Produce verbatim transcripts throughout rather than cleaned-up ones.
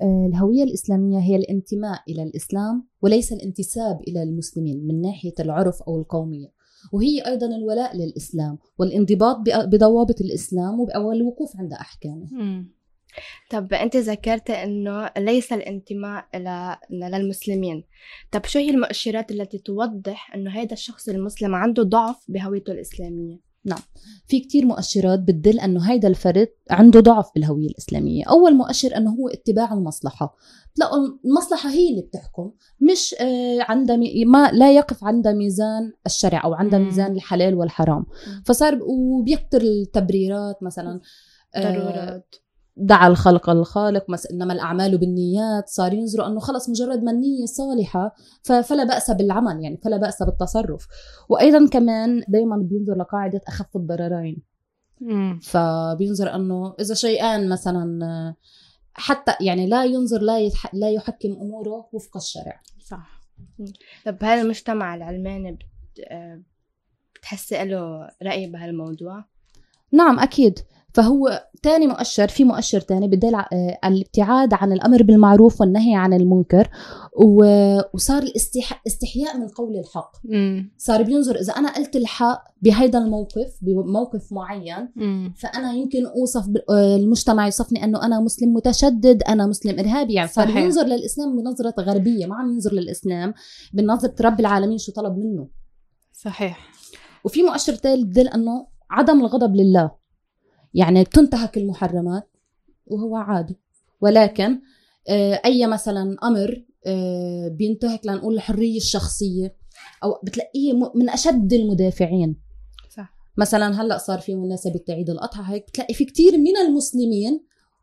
الهوية الإسلامية هي الانتماء إلى الإسلام وليس الانتساب إلى المسلمين من ناحية العرف أو القومية، وهي أيضا الولاء للإسلام والانضباط بضوابط الإسلام والوقوف عند أحكامه. مم. طب أنت ذكرت أنه ليس الانتماء إلى للمسلمين، طب شو هي المؤشرات التي توضح أنه هذا الشخص المسلم عنده ضعف بهويته الإسلامية؟ نعم، في كتير مؤشرات بتدل أنه هيدا الفرد عنده ضعف بالهوية الإسلامية. أول مؤشر أنه هو اتباع المصلحة، تلاقوا المصلحة هي اللي بتحكم، مش آه عند ما لا يقف عند ميزان الشرع أو عند ميزان الحلال والحرام. فصار وبيكتر التبريرات مثلا ضرورات دعا الخلق الخالق مثلا إنما الأعمال بالنيات، صار ينظروا أنه خلص مجرد ما النية صالحة فلا بأس بالعمل، يعني فلا بأس بالتصرف. وأيضا كمان دايما بينظر لقاعدة أخف الضررين. مم. فبينظر أنه إذا شيئان مثلا حتى يعني لا ينظر لا, يتح... لا يحكم أموره وفق الشرع. صح. طب هل المجتمع العلماني بت... بتحسي له رأي بهالموضوع؟ نعم أكيد. فهو تاني مؤشر، في مؤشر تاني بدل على الابتعاد عن الأمر بالمعروف والنهي عن المنكر، وصار الاستحياء من قول الحق. مم. صار بينظر إذا أنا قلت الحق بهيدا الموقف بموقف معين مم. فأنا يمكن أوصف المجتمع يصفني أنه أنا مسلم متشدد، أنا مسلم إرهابي. يعني صار ينظر للإسلام بنظرة غربية، ما عم ينظر للإسلام بنظرة رب العالمين شو طلب منه. صحيح. وفي مؤشر ثالث بدل أنه عدم الغضب لله، يعني تنتهك المحرمات وهو عادي، ولكن أي مثلا أمر بينتهك لنقول الحرية الشخصية أو بتلاقيه من أشد المدافعين. صح. مثلا هلأ صار في مناسبة عيد الأضحى هيك بتلاقي في كتير من المسلمين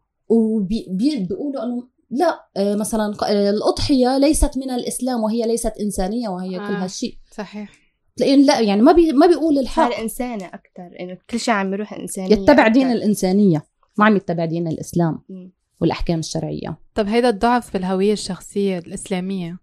وبيقولوا أنه لا مثلا الأضحية ليست من الإسلام وهي ليست إنسانية وهي آه. كل هالشيء. صحيح. تلاقين لا يعني ما بي ما بيقول الحق، صار إنساني أكتر، إنه كل شيء عم يروح إنسانية، يتبع دين الإنسانية، ما عم يتبع دين الإسلام م. والأحكام الشرعية. طب هيدا الضعف بالهوية الشخصية الإسلامية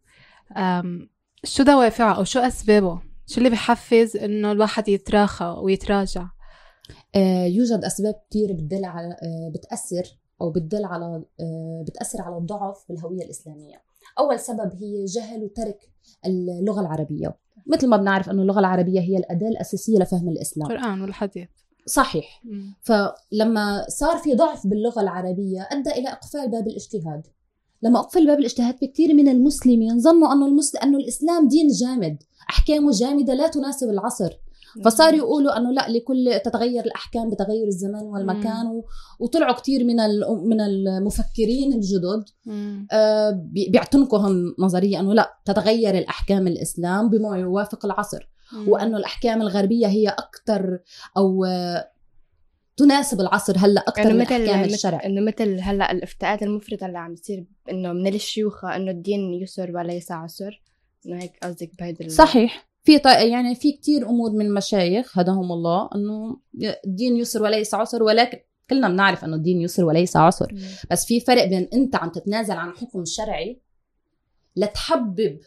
شو دوافعه أو شو أسبابه؟ شو اللي بيحفز إنه الواحد يتراخى ويتراجع؟ آه يوجد أسباب كتير بتدل على آه بتأثر أو بتدل على آه بتأثر على الضعف بالهوية الإسلامية. أول سبب هي جهل وترك اللغة العربية. مثل ما بنعرف أنه اللغة العربية هي الأداة الأساسية لفهم الإسلام، القرآن والحديث. صحيح. م. فلما صار في ضعف باللغة العربية أدى إلى إقفال باب الاجتهاد. لما أقفل باب الاجتهاد كثير من المسلمين ظنوا أنه, المسلم أنه الإسلام دين جامد، أحكامه جامدة لا تناسب العصر، فصار يقولوا أنه لا، لكل تتغير الأحكام بتغير الزمان والمكان. و... وطلعوا كتير من من المفكرين الجدد آه بيعتنقوا هالنظرية أنه لا، تتغير الأحكام الإسلام بما يوافق العصر، مم. وأنه الأحكام الغربية هي أكثر أو آه تناسب العصر هلا أكثر يعني من أحكام الشرع. إنه مثل هلا الافتاءات المفرطة اللي عم تصير إنه من الشيوخ إنه الدين يسر وليس عسر، إنه هيك قصدك بهيدا. صحيح. في يعني في كتير أمور من المشايخ هداهم الله إنه الدين يسر وليس عسر، ولكن كلنا بنعرف إنه الدين يسر وليس عسر. م. بس في فرق بين أنت عم تتنازل عن حكم شرعي لتحبب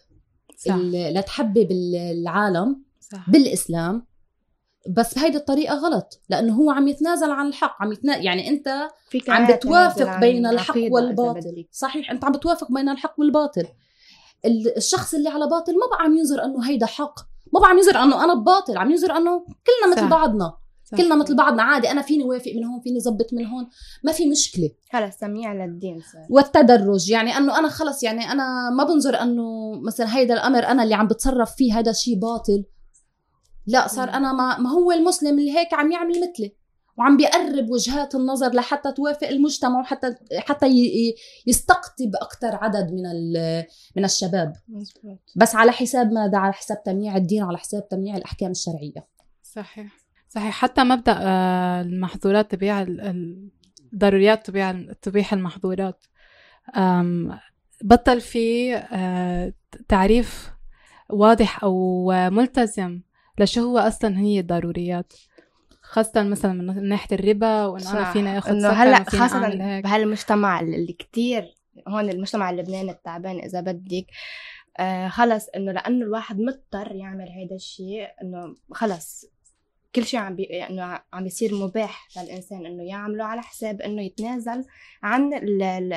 لتحبب العالم صح. بالإسلام، بس بهيدي الطريقة غلط، لأنه هو عم يتنازل عن الحق، عم يتنا... يعني أنت عم بتوافق بين الحق والباطل. صحيح، أنت عم بتوافق بين الحق والباطل. الشخص اللي على باطل ما بقى عم ينظر أنه هيدا حق، ما بقى عم ينظر أنه أنا بباطل، عم ينظر أنه كلنا مثل بعضنا. صح. كلنا مثل بعضنا، عادي، أنا فيني وافق من هون، فيني زبط من هون، ما في مشكلة. خلص سميع للدين صار. والتدرج، يعني أنه أنا خلص، يعني أنا ما بنظر أنه مثلا هيدا الأمر أنا اللي عم بتصرف فيه هيدا شيء باطل، لا، صار أنا ما, ما هو المسلم اللي هيك عم يعمل مثلي وعم بيقرب وجهات النظر لحتى توافق المجتمع وحتى حتى يستقطب أكتر عدد من من الشباب. مزبوط. بس على حساب ماذا؟ على حساب تمييع الدين، على حساب تمييع الأحكام الشرعية. صحيح صحيح. حتى مبدأ المحظورات تبيع الضروريات تبيع تبيح المحظورات، بطل في تعريف واضح أو ملتزم لشو هو أصلا هي الضروريات، خاصة مثلا من ناحية الربا، وإنه أنا فينا ياخد سكن هلا خاصة بهالمجتمع اللي كتير هون، المجتمع اللبناني التعبان إذا بدك. آه خلص إنه لأنه الواحد مضطر يعمل هيدا الشيء، إنه خلص كل شيء عم بي... إنه عم يصير مباح للإنسان إنه يعمله على حساب إنه يتنازل عن ال...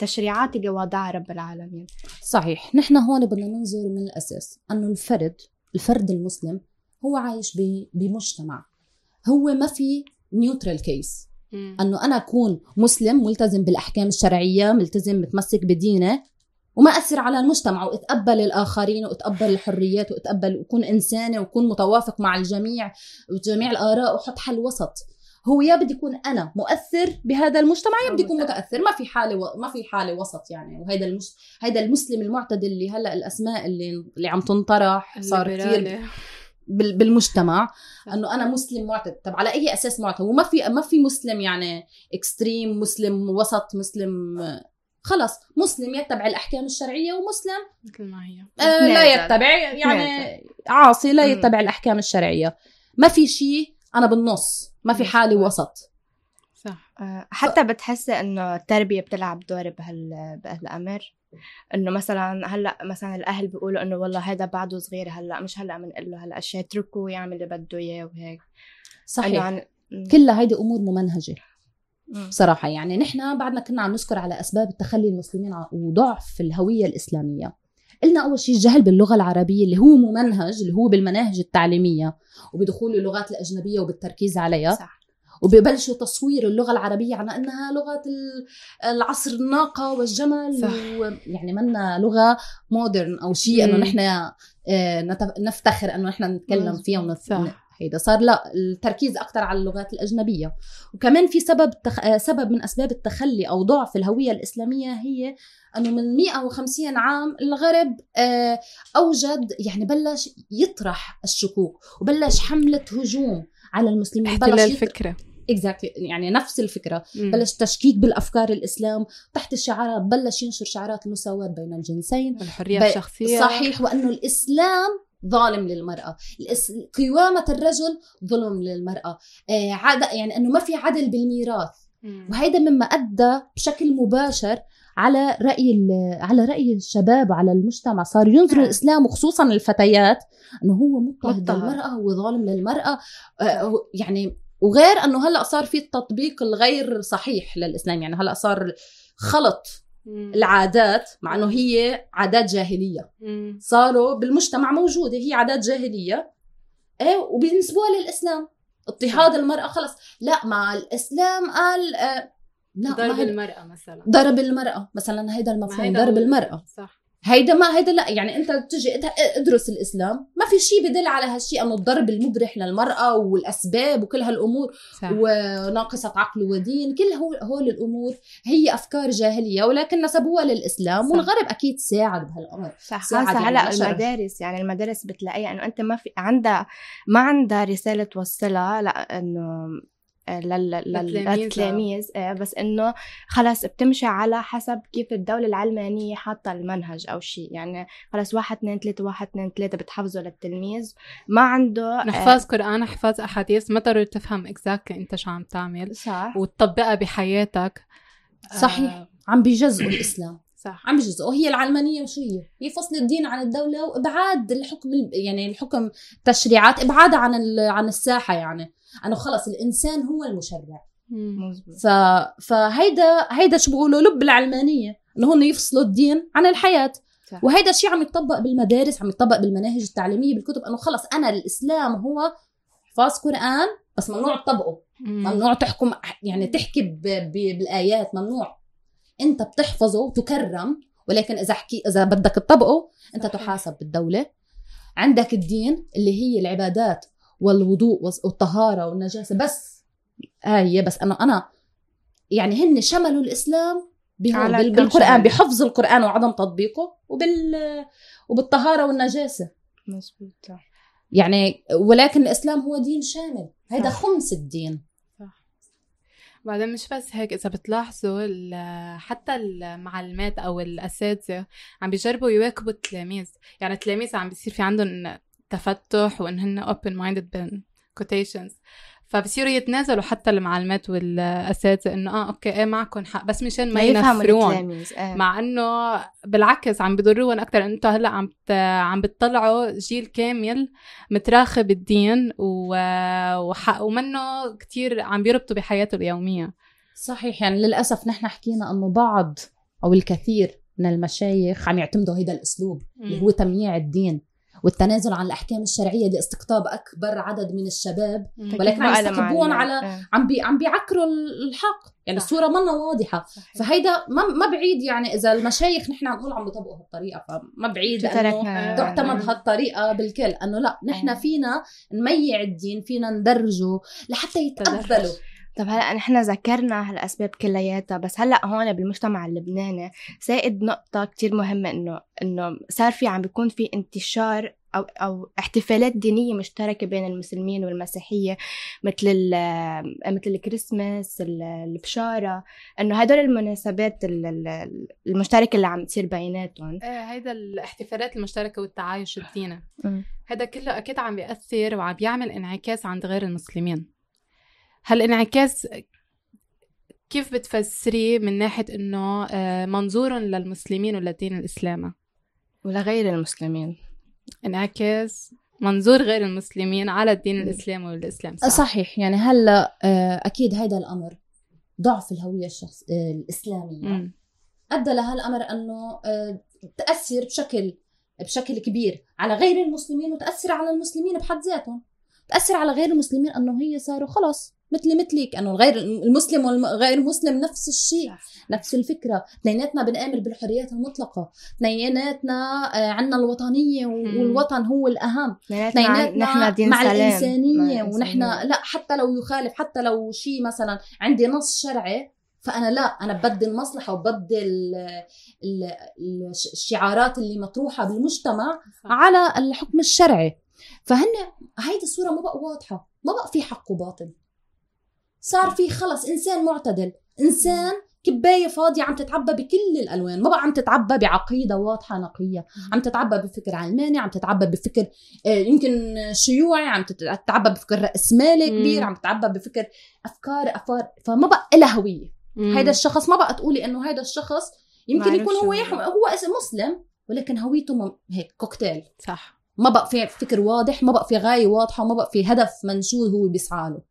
التشريعات اللي وضعها رب العالمين. صحيح. نحن هون بدنا ننظر من الأساس أنه الفرد الفرد المسلم هو عايش بمجتمع، هو ما في نيوترال كيس أنه أنا أكون مسلم ملتزم بالأحكام الشرعية، ملتزم متمسك بدينه، وما أثر على المجتمع وأتقبل الآخرين وأتقبل الحريات وأتقبل وأكون إنسانة وأكون متوافق مع الجميع وجميع الآراء وحط حل وسط. هو يا بدي يكون أنا مؤثر بهذا المجتمع يا بدي يكون متأثر، ما في حالة و... ما في حالة وسط يعني. وهذا المس... هذا المسلم المعتدل اللي هلأ الأسماء اللي اللي عم تنطرح صار كثير بال... بالمجتمع أنه أنا مسلم معتدل. طب على أي أساس معتدل؟ وما في ما في مسلم يعني إكستريم، مسلم وسط، مسلم خلص مسلم يتبع الأحكام الشرعية ومسلم مثل ما هي آه لا يتبع يعني عاصي لا يتبع الأحكام الشرعية. ما في شيء أنا بالنص، ما في حالة وسط. صح. أه حتى ف... بتحس إنه التربية بتلعب دور بهال بهالأمر، إنه مثلا هلا مثلا الأهل بيقولوا إنه والله هذا بعده صغير هلا مش هلا بنقول له هلا أشياء اتركه يعمل اللي بده إياه وهيك. صحيح. عن... كلها هيدي أمور ممنهجة صراحة. يعني نحن بعدنا كنا عم نذكر على أسباب التخلي المسلمين وضعف الهوية الإسلامية. قلنا أول شيء الجهل باللغة العربية اللي هو ممنهج، اللي هو بالمناهج التعليمية وبدخول اللغات الأجنبية وبالتركيز عليها. صح. وبيبلشوا تصوير اللغة العربية على أنها لغة العصر الناقة والجمل، ويعني منا لغة مودرن أو شيء أنه نحن نفتخر أنه نحن نتكلم فيها ونت... هيدا صار لا التركيز أكتر على اللغات الأجنبية. وكمان في سبب تخ... سبب من أسباب التخلي أو ضعف الهوية الإسلامية هي أنه من مئة وخمسين عام الغرب أوجد يعني بلش يطرح الشكوك وبلش حملة هجوم على المسلمين. احتلال الفكرة exactly. يعني نفس الفكرة. مم. بلش تشكيك بالأفكار الإسلام تحت الشعارات، بلش ينشر شعارات المساواة بين الجنسين والحرية ب... الشخصية. صحيح. وأنه الإسلام ظالم للمرأة، قوامة الرجل ظلم للمرأة، آه عد... يعني أنه ما في عدل بالميراث. مم. وهذا مما أدى بشكل مباشر على رأي على رأي الشباب وعلى المجتمع. صار ينظر آه. الإسلام وخصوصا الفتيات أنه هو مضطهد للمرأة، هو ظالم للمرأة. آه يعني وغير أنه هلأ صار في التطبيق الغير صحيح للإسلام. يعني هلأ صار خلط العادات مع أنه هي عادات جاهلية صاروا بالمجتمع موجودة، هي عادات جاهلية ايه وبينسبوها للإسلام. اضطهاد المرأة خلص لا، مع الإسلام قال آه لا ضرب المرأة مثلا، ضرب المرأة مثلا، هيدا المفهوم ضرب المرأة. صح. هيدا ما هيدا لا، يعني انت تجي ادرس الإسلام ما في شيء بدل على هالشيء انه الضرب المبرح للمرأة والأسباب وكل هالأمور. صح. وناقصة عقل ودين، كل هول هول الأمور هي أفكار جاهلية ولكن نسبوها للإسلام. صح. والغرب أكيد ساعد بهالأمر. صح. هلا المدارس يعني المدارس بتلاقيها انه انت ما في عندها ما عندها رسالة توصلها لا انه للتلاميذ، بس انه خلاص بتمشي على حسب كيف الدولة العلمانية حاطة المنهج او شيء. يعني خلاص واحد اثنين ثلاثة واحد اثنين ثلاثة بتحفظه للتلميذ، ما عنده نحفظ قرآن حفظ أحاديث، ما ضروري تفهم اكزاكت انت شو عم تعمل. صح. وتطبقها بحياتك. صحيح. آه. عم بيجزئوا الإسلام. صح. عم بيجزئوا. هي العلمانية وشو هي؟ هي فصل الدين عن الدولة وإبعاد الحكم، يعني الحكم تشريعات إبعادها عن عن الساحة. يعني أنه خلص الإنسان هو المشرع. ف... فهيدا هيدا شو بقولوا لب العلمانية، إنه هن يفصلوا الدين عن الحياة. صح. وهيدا الشيء عم يتطبق بالمدارس، عم يتطبق بالمناهج التعليمية بالكتب، أنه خلص أنا الإسلام هو حفاظ قرآن بس ممنوع تطبقه. ممنوع تحكم يعني تحكي ب... ب... بالآيات ممنوع. أنت بتحفظه وتكرم، ولكن إذا حكي إذا بدك تطبقه أنت تحاسب بالدولة. عندك الدين اللي هي العبادات والوضوء والطهارة والنجاسة بس آية. بس أنا أنا يعني هن شملوا الإسلام بال... بالقرآن، بحفظ القرآن وعدم تطبيقه، وبال وبالطهارة والنجاسة. مظبوط. يعني ولكن الإسلام هو دين شامل، هيدا خمس الدين. بعدين مش بس هيك، إذا بتلاحظوا حتى المعلمات أو الأساتذة عم بيجربوا يواكبوا التلاميذ. يعني التلاميذ عم بيصير في عندهم تفتح وإنهن open minded بين quotations، فبصيروا يتنازلوا حتى المعلمات والأساتذة إنه آه أوكي إيه معكم حق، بس مشان ما ينفرون. آه. مع إنه بالعكس عم بيضروهم أكتر. أنتوا هلأ عم عم بتطلعوا جيل كامل متراخب الدين وحق ومنه كتير عم بيربطوا بحياته اليومية. صحيح. يعني للأسف نحن حكينا أنه بعض أو الكثير من المشايخ عم يعتمدوا هيدا الأسلوب اللي هو تمييع الدين والتنازل عن الأحكام الشرعية لاستقطاب أكبر عدد من الشباب، ولكن عم يستقطبون على عم بي عم بيعكروا الحق، يعني صح. الصورة منا واضحة. صحيح. فهيدا ما ما بعيد، يعني إذا المشايخ نحن نقول عم بيطبقوا هالطريقة، فما بعيد إنه تعتمد هالطريقة بالكل، إنه لا نحن فينا نميع الدين، فينا ندرجه لحتى يتقبلوا. طب هلا نحن ذكرنا هالاسباب كلياتها، بس هلا هون بالمجتمع اللبناني سائد نقطه كتير مهمه، انه انه صار في عم بيكون في انتشار او او احتفالات دينيه مشتركه بين المسلمين والمسيحيه، مثل مثل الكريسماس، البشاره، انه هدول المناسبات المشتركه اللي عم تصير بيناتهم. ايه هيدا الاحتفالات المشتركه والتعايش الديني، هذا كله اكيد عم بيأثر وعم بيعمل انعكاس عند غير المسلمين. هالانعكاس كيف بتفسريه من ناحية إنه منظور للمسلمين وللدين الإسلامي ولغير المسلمين؟ انعكاس منظور غير المسلمين على الدين الإسلامي والإسلام. صح. صحيح. يعني هلا أكيد هيدا الأمر ضعف الهوية الشخص الإسلامية م. أدى لهالأمر أنه تأثر بشكل بشكل كبير على غير المسلمين، وتأثر على المسلمين بحد ذاتهم، تأثر على غير المسلمين أنه هي صاروا خلاص مثلي مثلك، أنه غير المسلم والغير المسلم نفس الشيء، نفس الفكرة. اثنيناتنا بنآمن بالحريات المطلقة، اثنيناتنا عنا الوطنية والوطن هو الأهم، اثنيناتنا مع الإنسانية، ونحن لا حتى لو يخالف، حتى لو شيء مثلا عندي نص شرعي، فأنا لا أنا بدل مصلحة وبدل الشعارات اللي مطروحة بالمجتمع على الحكم الشرعي. فهن هيدي الصورة ما بقى واضحة، ما بقى في حق وباطل، صار في خلص إنسان معتدل، إنسان كباية فاضية عم تتعبى بكل الألوان، ما بقى عم تتعبى بعقيدة واضحة نقية، عم تتعبى بفكر علماني، عم تتعبى بفكر يمكن شيوعي، عم تتعبى بفكر رأسمالي كبير، عم تتعبى بفكر أفكار أفكار فما بقى لها هوية. هيدا الشخص ما بقى تقولي إنه هيدا الشخص يمكن يكون هو هو اسم مسلم، ولكن هويته هيك كوكتيل. صح. ما بقى في فكر واضح، ما بقى في غاية واضحة، ما بقى في هدف منشور هو بيسعى له.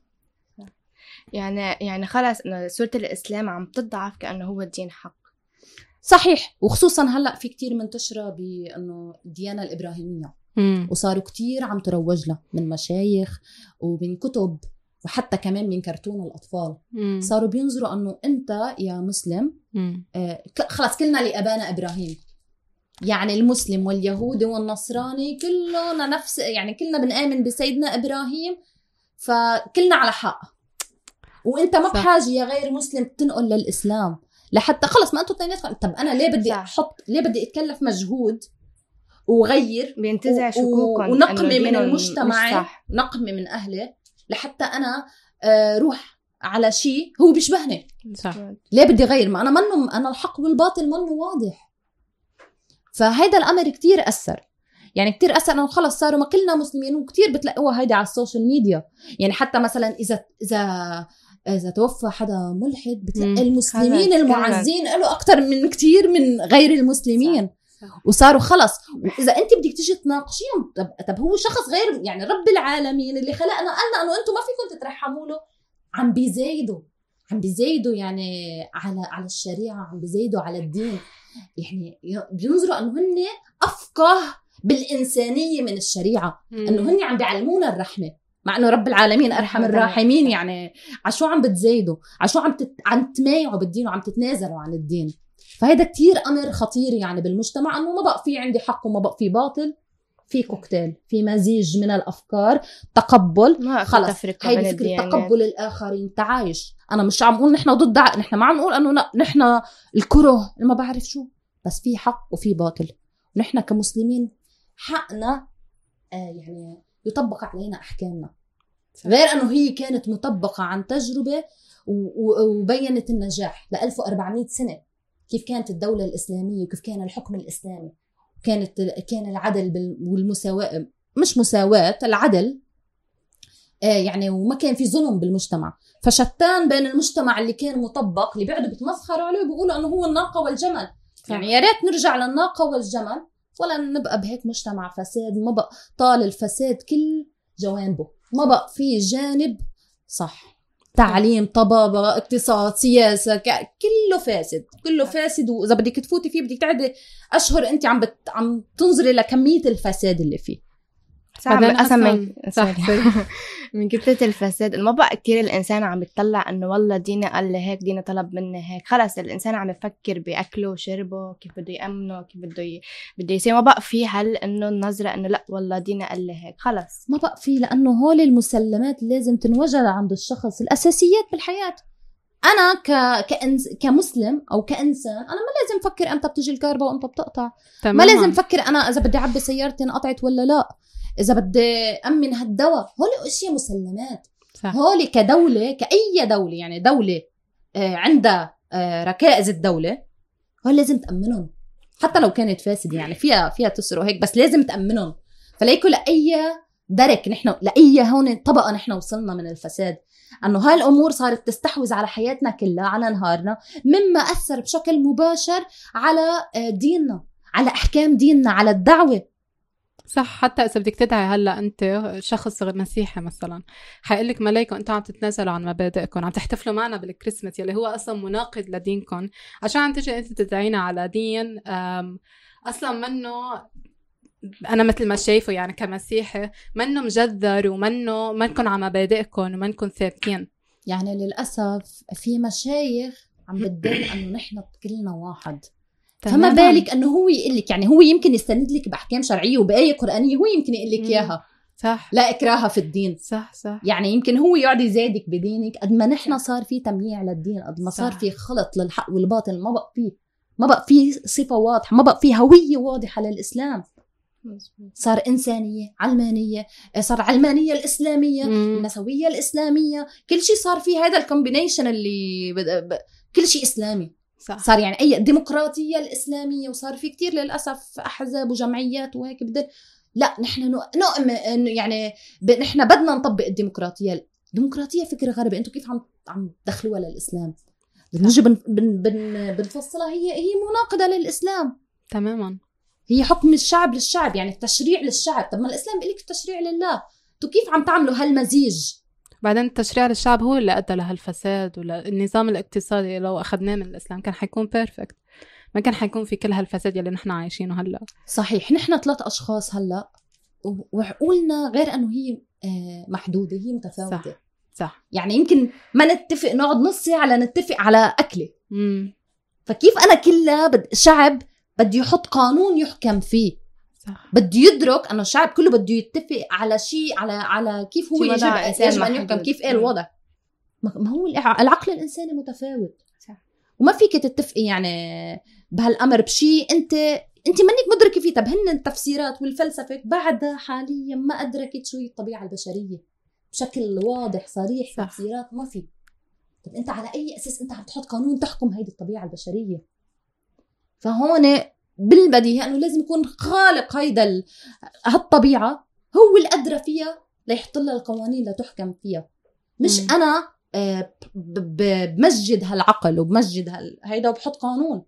يعني يعني خلاص إنه صورة الإسلام عم تضعف كأنه هو الدين حق. صحيح. وخصوصا هلأ في كتير منتشرة بأنه الديانة الإبراهيمية مم. وصاروا كتير عم تروج له من مشايخ ومن كتب وحتى كمان من كرتون الأطفال. مم. صاروا بينظروا أنه أنت يا مسلم آه خلاص كلنا لأبانا إبراهيم، يعني المسلم واليهودي والنصراني كلنا نفس، يعني كلنا بنآمن بسيدنا إبراهيم، فكلنا على حق، وانت ما بحاجة يا غير مسلم تنقل للإسلام لحتى خلص ما انتوا اثنيناتكم. طب انا ليه بدي احط، ليه بدي اتكلف مجهود وغير بينتزع شكوكا ونقمي من المجتمع، نقمي من اهله لحتى انا روح على شيء هو بيشبهني. صح. ليه بدي غير ما انا منه، انا الحق والباطل منه واضح. فهيدا الامر كتير اثر، يعني كتير أثر أنه خلص صاروا ما كلنا مسلمين، وكتير بتلاقوها هيدا على السوشيال ميديا. يعني حتى مثلا إذا إذا إذا توفى حدا ملحد بتلاقي المسلمين المعزين له أكتر من كتير من غير المسلمين. صح. صح. وصاروا خلص، إذا أنت بدك تيجي تناقشيهم، طب, طب هو شخص غير، يعني رب العالمين اللي خلقنا قالنا أنه أنتم ما فيكم تترحموا له، عم بيزايدوا عم بيزايدوا يعني على على الشريعة، عم بيزايدوا على الدين، يعني بينظروا أنه هن أفقه بالإنسانية من الشريعة، مم. أنه هن عم بيعلمونا الرحمة، مع أنه رب العالمين أرحم الراحمين. يعني عشو عم بتزايدوا، عشو عم تت... عم تمايعوا بالدين وعم تتنازلوا عن الدين. فهذا كتير أمر خطير يعني بالمجتمع، أنه ما بقى في عندي حق وما بقى في باطل، في كوكتيل، في مزيج من الأفكار، تقبل، خلص هاي فكرة تقبل الآخرين، تعايش. أنا مش عم نقول نحن ضد، نحن ما عم نقول أنه لا نحن الكره ما بعرف شو، بس في حق وفي باطل، ونحن كمسلمين حقنا آه يعني يطبق علينا أحكامنا، غير أنه هي كانت مطبقة عن تجربة وبينت النجاح ل ألف وأربعمية سنة، كيف كانت الدولة الإسلامية وكيف كان الحكم الإسلامي، كانت كان العدل والمساواة، مش مساواة، العدل آه يعني، وما كان في ظلم بالمجتمع. فشتان بين المجتمع اللي كان مطبق، اللي بعده بتمسخروا عليه وبيقولوا أنه هو الناقة والجمل. يعني يا ريت نرجع للناقة والجمل، ولا نبقى بهيك مجتمع فساد، ما بقى طال الفساد كل جوانبه، ما بقى في جانب صح. تعليم، طبابة، اقتصاد، سياسة، ك... كله فاسد، كله فاسد. وإذا بدك تفوتي فيه بدك تعدي أشهر أنت عم بت... عم تنظري لكمية الفساد اللي فيه. بعدين أصلا صح من كثرة الفساد ما بقى كتير الإنسان عم يتطلع إنه والله دينا قال لي هيك، دينا طلب مني هيك. خلاص الإنسان عم يفكر بأكله وشربه، كيف بده يأمنه، كيف بده ي... بده يصير. ما بقى في هل إنه النظرة إنه لا والله دينا قال لي هيك. خلاص ما بقى في، لأنه هول المسلمات لازم تنوجد عند الشخص، الأساسيات بالحياة. أنا ك... كإنس... كمسلم أو كإنسان أنا ما لازم فكر أنت بتجي الكهرباء وأنت بتقطع. تماما. ما لازم فكر أنا إذا بدي أعبي سيارتي انقطعت ولا لا، إذا بدي أمن هالدواء. هولي أشياء مسلمات. صح. هولي كدولة، كأي دولة يعني دولة آه عندها آه ركائز الدولة، هولي لازم تأمنهم حتى لو كانت فاسدة، يعني فيها فيها تسر وهيك، بس لازم تأمنهم. فليكو لأي درك نحن، لأي هون طبقة نحن وصلنا من الفساد، أنه هاي الأمور صارت تستحوذ على حياتنا كلها، على نهارنا، مما أثر بشكل مباشر على ديننا، على أحكام ديننا، على الدعوة. صح. حتى إذا بدك تدعي هلأ أنت شخص مسيحي مثلا، حيقلك ملايكم أنت عم تتنازلوا عن مبادئكم، عم تحتفلوا معنا بالكريسماس يلي هو أصلا مناقض لدينكم، عشان عم تجي أنت تدعينا على دين أصلا منه، أنا مثل ما شايفه يعني كمسيحي منه مجذر، ومنه منكن على مبادئكم ومنكن ثابتين. يعني للأسف في مشايخ عم بتدل أنه نحن كلنا واحد. فما بالك أنه هو يقلك، يعني هو يمكن يستند لك بأحكام شرعية وبآية قرآنية، هو يمكن يقلك إياها. صح. لا إكراها في الدين. صح صح. يعني يمكن هو يقعد يزايدك بدينك قد ما نحن صار في تمييع للدين، قد ما صار في خلط للحق والباطل. ما بقى فيه ما بقى فيه صفة واضحة، ما بقى فيه هوية واضحة للإسلام. صار إنسانية، علمانية، صار علمانية الإسلامية، النسوية الإسلامية، كل شيء صار فيه هذا الكومبينيشن اللي ب... ب... كل شيء إسلامي. صح. صار يعني أي ديمقراطية الإسلامية، وصار في كتير للأسف أحزاب وجمعيات وهيك. بدل لا نحن نؤمن يعني ب... نحن بدنا نطبق الديمقراطية. الديمقراطية فكرة غريبة، أنتوا كيف عم عم تدخلوها للإسلام؟ نجي بن... بن... بن... بنفصلها، هي هي مناقضة للإسلام تماما. هي حكم الشعب للشعب، يعني التشريع للشعب. طب ما الإسلام بيقول لك التشريع لله، تو كيف عم تعملوا هالمزيج؟ بعدين التشريع للشعب هو اللي أدى لهالفساد، والنظام الاقتصادي لو أخذناه من الإسلام كان حيكون بيرفكت، ما كان حيكون في كل هالفساد يلي نحن عايشينه هلأ. صحيح. نحن ثلاث أشخاص هلأ وعقولنا غير أنه هي محدودة، هي متفاوتة. صح. صح. يعني يمكن ما نتفق، نقعد نص ساعة على نتفق على أكلة. مم. فكيف أنا كلها بد... شعب بده يحط قانون يحكم فيه. صح. بده يدرك أنه الشعب كله بده يتفق على شيء، على على كيف هو يجب, يجب أن يحكم، كيف إيه الوضع. ما هو العقل الإنساني متفاوت. صح. وما فيك تتفقي يعني بهالأمر بشيء أنت أنت منك مدركة فيه. طب هن التفسيرات والفلسفة بعدها حاليا ما أدركت شو هي الطبيعة البشرية بشكل واضح صريح. صح. تفسيرات ما في. طب أنت على أي أساس أنت عم تحط قانون تحكم هيدي الطبيعة البشرية؟ فهون بالبديهي أنه لازم يكون خالق هيدا هالطبيعة هو الأدرى فيها ليحط لها القوانين لتحكم فيها، مش م. أنا بمسجد هالعقل وبمسجد هال... هيدا وبحط قانون.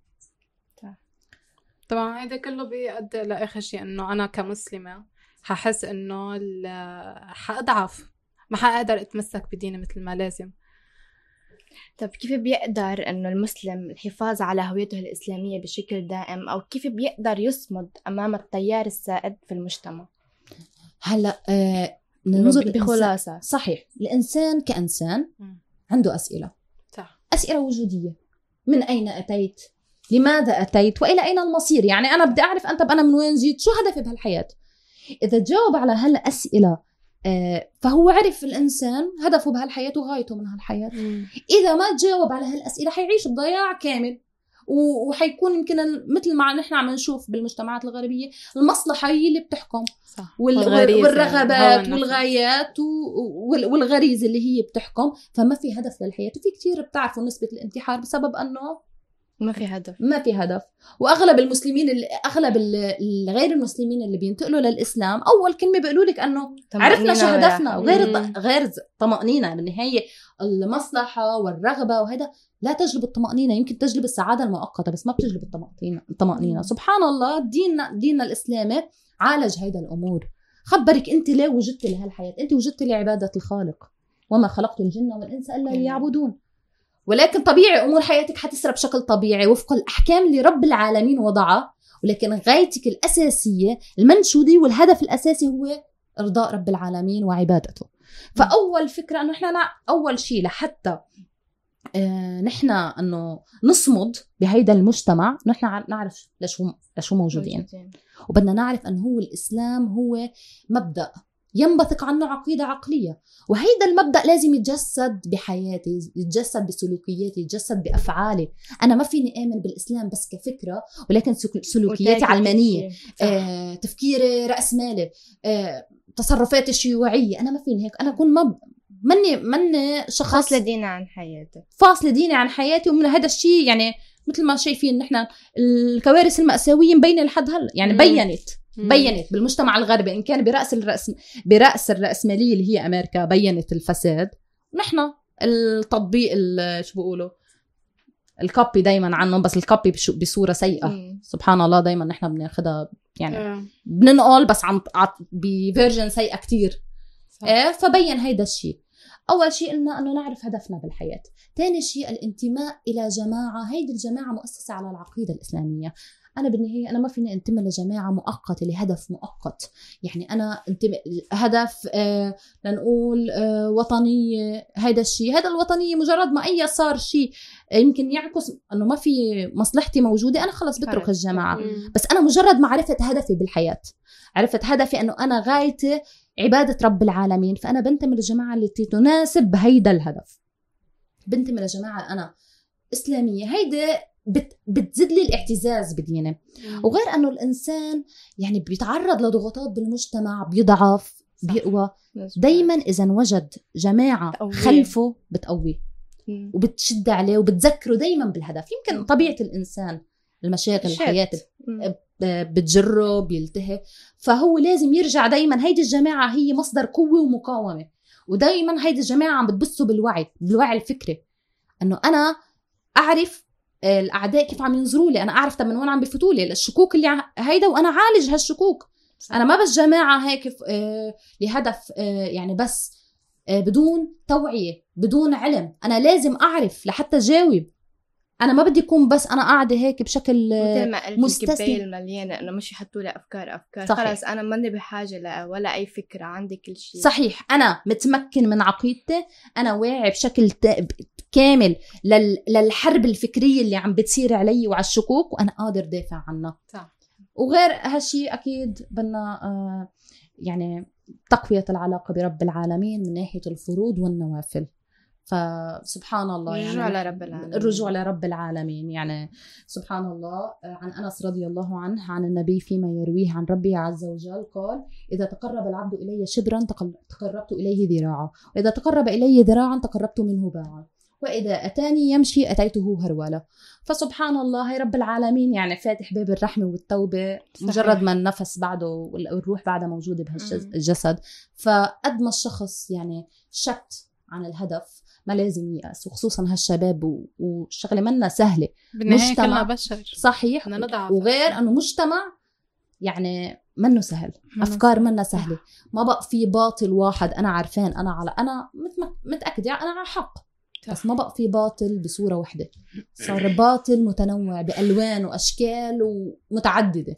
طبعا هيدا كله بيؤدي لآخر شيء إنه أنا كمسلمة ححس إنه حأضعف، ما حقدر أتمسك بديني مثل ما لازم. طب كيف بيقدر إنه المسلم الحفاظ على هويته الإسلامية بشكل دائم، أو كيف بيقدر يصمد أمام التيار السائد في المجتمع؟ هلا آه ننظر بخلاصة. صحيح. الإنسان كإنسان م. عنده أسئلة. صح. أسئلة وجودية: من أين أتيت؟ لماذا أتيت؟ وإلى أين المصير؟ يعني أنا بدي أعرف أنت أنا من وين جيت؟ شو هدفي بهالحياة؟ إذا جاوب على هالأسئلة آه فهو عرف الإنسان هدفه بهالحياة وغايته من هالحياة. مم. إذا ما تجاوب على هالأسئلة حيعيش بضياع كامل، وحيكون يمكن مثل ما نحن عم نشوف بالمجتمعات الغربية المصلحة هي اللي بتحكم. صح. والرغبات والغايات والغريزة اللي هي بتحكم، فما في هدف للحياة. وفي كتير بتعرفوا نسبة الانتحار بسبب أنه ما في هدف. ما في هدف. واغلب المسلمين اللي اغلب الغير المسلمين اللي بينتقلوا للاسلام اول كلمه بيقولوا لك انه عرفنا شو هدفنا، وغير غير طمأنينة. بالنهايه المصلحه والرغبه وهذا لا تجلب الطمأنينة، يمكن تجلب السعاده المؤقته بس ما بتجلب الطمأنينة. الطمأنينة سبحان الله ديننا ديننا الاسلامي عالج هيدا الامور. خبرك انت ليه وجدت لهالحياه، انت وجدت لعباده الخالق. وما خلقت الجن والإنس إلا ليعبدون. ولكن طبيعي أمور حياتك حتسرى بشكل طبيعي وفق الأحكام اللي رب العالمين وضعها، ولكن غايتك الأساسية المنشودة والهدف الأساسي هو إرضاء رب العالمين وعبادته. فأول فكرة أنه إحنا أول شيء لحتى آه نحن أنه نصمد بهيدا المجتمع، نحن نعرف لشو لشو موجودين، وبدنا نعرف أنه هو الإسلام هو مبدأ ينبثق عنه عقيدة عقلية، وهيدا المبدأ لازم يتجسد بحياتي، يتجسد بسلوكياتي، يتجسد بأفعالي. أنا ما فيني آمن بالإسلام بس كفكرة، ولكن سلوكياتي علمانية، آه، تفكيري رأسمالي، آه، تصرفاتي شيوعية. أنا ما فيني هيك، أنا أكون مب... مني مني شخص فاصلة ديني عن حياتي، فاصلة ديني عن حياتي. ومن هذا الشيء يعني مثل ما شايفين نحن الكوارث المأساوية مبينة لحد هلا، يعني بينت بينت بالمجتمع الغربي، إن كان برأس الرأس برأس الرأسمالية اللي هي أمريكا بينت الفساد، ونحن التطبيق شو بيقولوا الكوبي دايما عنهم، بس الكوبي بصورة سيئة. مم. سبحان الله دايما نحن بناخدها يعني آه. بننقل بس عن بفيرجن سيئة كتير. آه فبين هيدا الشيء. أول شيء قلنا أنه نعرف هدفنا بالحياة. تاني شيء الانتماء إلى جماعة، هيدي الجماعة مؤسسة على العقيدة الإسلامية. أنا بالنهاية أنا ما فيني أنتمي لجماعة مؤقتة لهدف مؤقت، يعني أنا أنتمي هدف آه لنقول آه وطنية. هيدا الشيء، هذا الوطنية مجرد ما أي صار شيء يمكن يعكس أنه ما في مصلحتي موجودة، أنا خلص بترك الجماعة. بس أنا مجرد ما عرفت هدفي بالحياة، عرفت هدفي أنه أنا غايتي عبادة رب العالمين، فأنا بنتمي للجماعة التي تناسب هيدا الهدف. بنتمي لجماعة أنا إسلامية، هيدا بت بتزيد لي الاعتزاز بديني. وغير أنه الإنسان يعني بيتعرض لضغوطات بالمجتمع، بيضعف، بيقوى. دايما إذا وجد جماعة تقويه. خلفه بتقويه وبتشد عليه وبتذكره دايما بالهدف. يمكن طبيعة الإنسان المشاغل الحياة بتجره بيلتهي، فهو لازم يرجع دايما. هيدي الجماعة هي مصدر قوة ومقاومة، ودايما هيدي الجماعة عم بتبثه بالوعي، بالوعي الفكري، أنه أنا أعرف الأعداء كيف عم ينظروا لي، أنا أعرف طب من وين عم بيفتوا لي الشكوك اللي هيدا، وأنا عالج هالشكوك. صح. أنا ما بس جماعة هيك آه لهدف آه يعني بس آه بدون توعية، بدون علم. أنا لازم أعرف لحتى جاوب. أنا ما بدي يكون بس أنا قاعدة هيك بشكل مستسلم المليانة، إنه مش يحطوا لي أفكار أفكار صحيح. خلاص أنا ماني بحاجة لا ولا أي فكرة، عندي كل شيء صحيح. أنا متمكن من عقيدتي، أنا واعي بشكل كامل لل... للحرب الفكرية اللي عم بتصير علي وعلى الشكوك، وأنا قادر دافع عنها. صح. وغير هالشي أكيد بدنا آه يعني تقوية العلاقة برب العالمين من ناحية الفروض والنوافل. فسبحان الله يعني الرجوع لرب العالمين، الرجوع لرب العالمين يعني سبحان الله. عن أنس رضي الله عنه عن النبي فيما يرويه عن ربه عز وجل قال: إذا تقرب العبد إلي شبرا تقربت إليه ذراعا، وإذا تقرب إلي ذراعا تقربت منه باعا، وإذا أتاني يمشي أتيته هرولا. فسبحان الله، هي رب العالمين يعني فاتح باب الرحمة والتوبة. صحيح. مجرد ما النفس بعده والروح بعدها موجودة بهالجسد. فقد ما الشخص يعني شت عن الهدف ما لازم يأس، وخصوصا هالشباب، والشغلة منا سهلة. مجتمع بشر صحيح، وغير أنه مجتمع يعني منه سهل، أفكار منا سهلة. ما بقى في باطل واحد أنا عارفان أنا على أنا متأكد يعني أنا على حق، بس ما بقى في باطل بصورة واحدة، صار باطل متنوع بألوان وأشكال ومتعددة.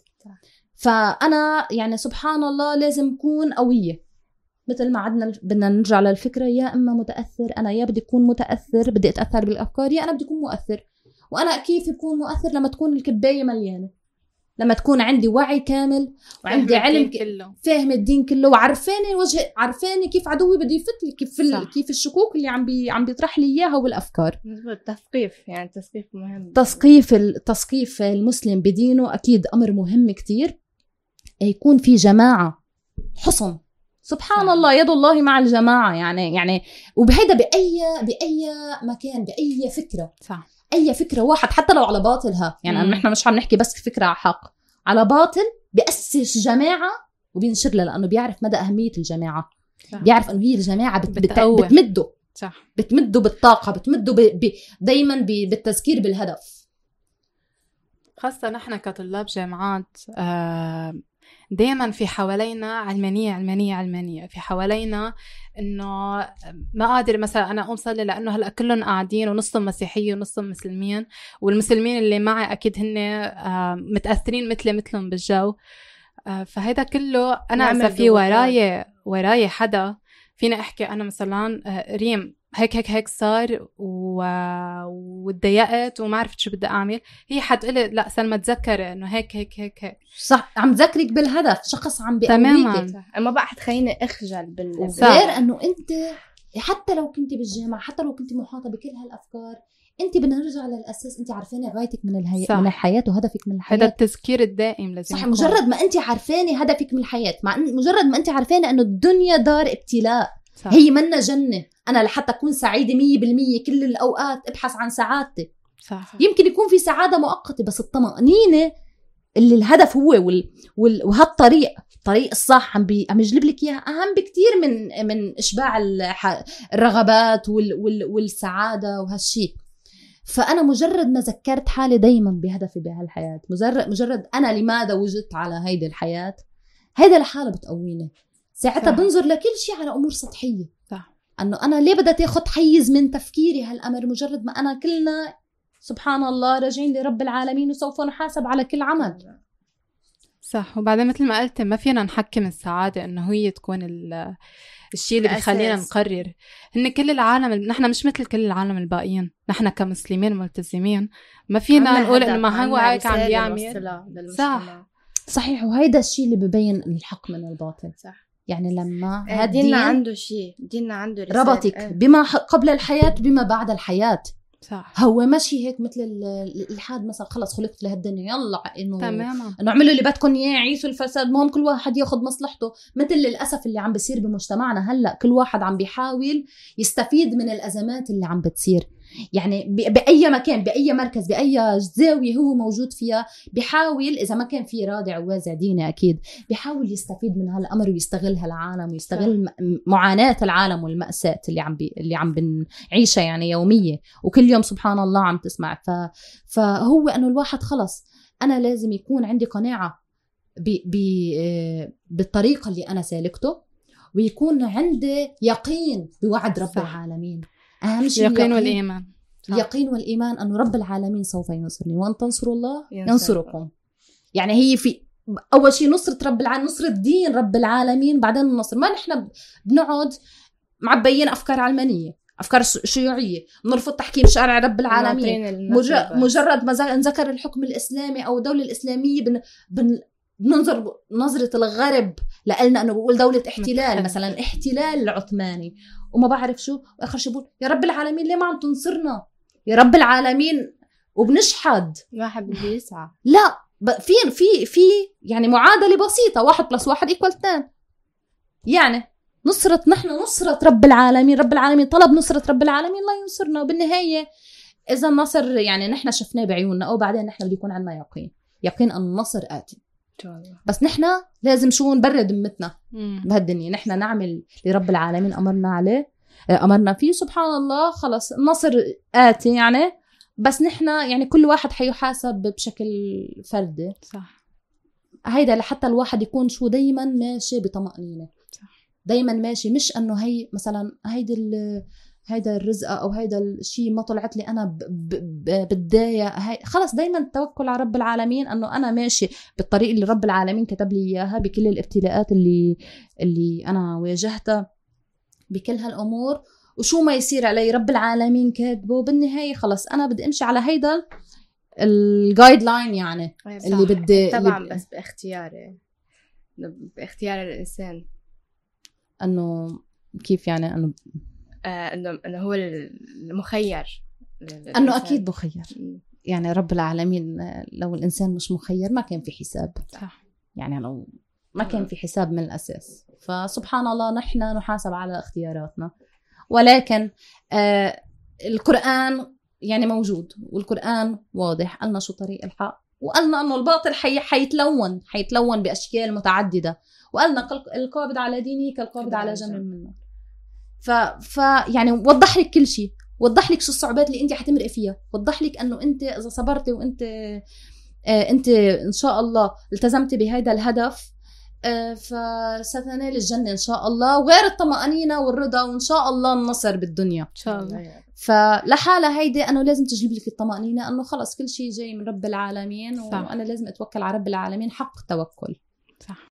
فأنا يعني سبحان الله لازم أكون قوية، مثل ما عدنا بدنا نرجع للفكرة، يا إما متأثر أنا، يا بدي أكون متأثر بدي أتأثر بالأفكار، يا أنا بدي أكون مؤثر. وأنا كيف بكون مؤثر؟ لما تكون الكباية مليانة، لما تكون عندي وعي كامل وعندي علم كله، فاهم الدين كله، وعرفاني وجه، عرفاني كيف عدوي بده يفتلي، كيف كيف الشكوك اللي عم بي عم بيطرح لي اياها والافكار. التثقيف يعني التثقيف مهم. تثقيف التثقيف المسلم بدينه اكيد امر مهم كتير. يكون في جماعه حصن، سبحان صح. الله، يد الله مع الجماعه يعني يعني وبهيدا باي باي مكان، باي فكره صح. اي فكره واحد حتى لو على باطلها، يعني نحن مش عم نحكي بس فكره على حق، على باطل بيأسس جماعه وبينشر لها، لانه بيعرف مدى اهميه الجماعه. صح. بيعرف انه هي الجماعه بت... بت... بتمده صح، بتمده بالطاقه، بتمده ب... ب... دايما ب... بالتذكير بالهدف. خاصه نحن كطلاب جامعات آه... دايما في حوالينا علمانية علمانية علمانية، في حوالينا إنه ما قادر مثلا أنا أقوم صلي لأنه هلأ كلهم قاعدين ونصهم مسيحية ونصهم مسلمين، والمسلمين اللي معي أكيد هن متأثرين مثلي مثلهم بالجو. فهذا كله أنا إذا في وراي وراي حدا فينا أحكي أنا مثلا ريم هيك هيك هيك صار و... وتضايقت وما عرفت شو بدي أعمل، هي حتقولي لا سلمى تذكر إنه هيك هيك هيك هيك صح، عم ذكرك بالهدف، شخص عم بيقويك. ما بقى حتخليني أخجل بال غير إنه أنت حتى لو كنت بالجامعة، حتى لو كنت محاطة بكل هالأفكار، أنت بنرجع للأساس، أنت عارفانة غايتك من الهي... من الحياة وهدفك من الحياة. هذا التذكير الدائم لازم صح. مجرد ما أنت عارفانة هدفك من الحياة، مع مجرد ما أنت عارفانة إنه الدنيا دار ابتلاء، صح. هي منا جنة. أنا لحتى أكون سعيدة مية بالمية كل الأوقات أبحث عن سعادتي، صح. يمكن يكون في سعادة مؤقتة، بس الطمأنينة اللي الهدف هو وال... وال... وهالطريق الطريق الصح عم, بي... عم يجلب لك إياها أهم بكتير من من إشباع الح... الرغبات وال... وال... والسعادة وهالشي. فأنا مجرد ما ذكرت حالي دايما بهدفي بهالحياة، مجرد مجرد أنا لماذا وجدت على هيدي الحياة، هيدا لحاله بتقويني. ساعتها بنظر لكل شيء على أمور سطحية، صح. أنه أنا ليه بدأت أخذ حيز من تفكيري هالأمر، مجرد ما أنا كلنا سبحان الله راجعين لرب العالمين وسوف نحاسب على كل عمل، صح. وبعدين مثل ما قلت ما فينا نحكم السعادة إنه هي تكون الشيء اللي بيخلينا نقرر. هن كل العالم، نحن مش مثل كل العالم الباقيين، نحن كمسلمين ملتزمين ما فينا نقول إنه ما هو هيك عم بيعمل، صح صحيح. وهيدا الشيء اللي ببين الحق من الباطل، صح. يعني لما ديننا عنده شيء، ديننا عنده رسالة، ربطك أه. بما قبل الحياة بما بعد الحياة، صح. هو ماشي هيك مثل الإلحاد مثلا، خلص خلقت لهالدنيا يلا إنه تماما إنه اعملوا اللي بدكم إياه، عيشوا الفساد، مهم كل واحد ياخد مصلحته. مثل للأسف اللي عم بيصير بمجتمعنا هلأ، كل واحد عم بيحاول يستفيد من الأزمات اللي عم بتصير، يعني بأي مكان بأي مركز بأي زاوية هو موجود فيها، بيحاول إذا ما كان في رادع ووازع ديني أكيد بيحاول يستفيد من هالأمر ويستغل هالعالم ويستغل معاناة العالم والمأساة اللي عم بي اللي عم بنعيشها يعني يومية وكل يوم سبحان الله عم تسمع. ف فهو أنه الواحد خلص أنا لازم يكون عندي قناعة ب ب بالطريقة اللي أنا سالكته، ويكون عندي يقين بوعد رب صح. العالمين. أهم شيء اليقين والإيمان، اليقين والإيمان أنه رب العالمين سوف ينصرني، وأن تنصروا الله ينصركم. يعني هي في أول شيء نصرة رب العالمين، نصرة دين رب العالمين، بعدين النصر. ما نحن بنقعد معبيين أفكار علمانية، أفكار شيوعية، نرفض تحكيم شرع رب العالمين، مجرد ما نذكر الحكم الإسلامي أو الدولة الإسلامية بن بن بننظر نظرة الغرب لقلنا أنه بقول دولة احتلال مثلا، احتلال العثماني وما بعرف شو، وآخر شي بقول يا رب العالمين ليه ما عم تنصرنا يا رب العالمين، وبنشحد واحد بده يسعى. لا في في في يعني معادلة بسيطة، واحد بلس واحد إيكوال اثنين، يعني نصرة نحن نصرة رب العالمين، رب العالمين طلب نصرة رب العالمين لا ينصرنا، وبالنهاية إذا النصر يعني نحن شفناه بعيوننا أو بعدين نحن بدي يكون عندنا يقين يقين أن النصر آتي. بس نحن لازم شو نبرد دمتنا بهالدنيا، نحن نعمل لرب العالمين أمرنا عليه أمرنا فيه، سبحان الله خلص النصر آتي يعني. بس نحن يعني كل واحد حيحاسب بشكل فردي، صح. هيدا لحتى الواحد يكون شو دايما ماشي بطمأنينة، دايما ماشي، مش أنه هي مثلا هيدا هيدا الرزقة أو هيدا الشيء ما طلعت لي أنا بتضايق، خلص دايما التوكل على رب العالمين أنه أنا ماشي بالطريق اللي رب العالمين كتب لي إياها، بكل الابتلاءات اللي اللي أنا واجهتها بكل هالأمور، وشو ما يصير علي رب العالمين كاتبه. بالنهاية خلص أنا بدي أمشي على هيدا الجايد لاين يعني اللي بدي طبعا اللي بس باختياري باختيار الإنسان. أنه كيف يعني أنه آه انه انه هو المخير، انه اكيد مخير. يعني رب العالمين لو الانسان مش مخير ما كان في حساب، صح. يعني لو ما كان في حساب من الاساس. فسبحان الله نحن نحاسب على اختياراتنا، ولكن آه القرآن يعني موجود، والقرآن واضح، قالنا شو طريق الحق، وقالنا انه الباطل حي حيتلون حيتلون باشكال متعدده، وقالنا القابض على دينه كالقابض على جمر منه. ف... ف يعني وضح لك كل شيء، وضح لك شو الصعوبات اللي انت حتمرقي فيها، وضح لك انه انت اذا صبرتي وانت آه انت ان شاء الله التزمتي بهذا الهدف آه فستنال الجنة إن شاء الله، وغير الطمأنينة والرضا وإن شاء الله النصر بالدنيا إن شاء الله. فلحالة هيدي أنه لازم تجلب لك الطمأنينة أنه خلص كل شيء جاي من رب العالمين، صح. وأنا لازم أتوكل على رب العالمين حق التوكل. صح.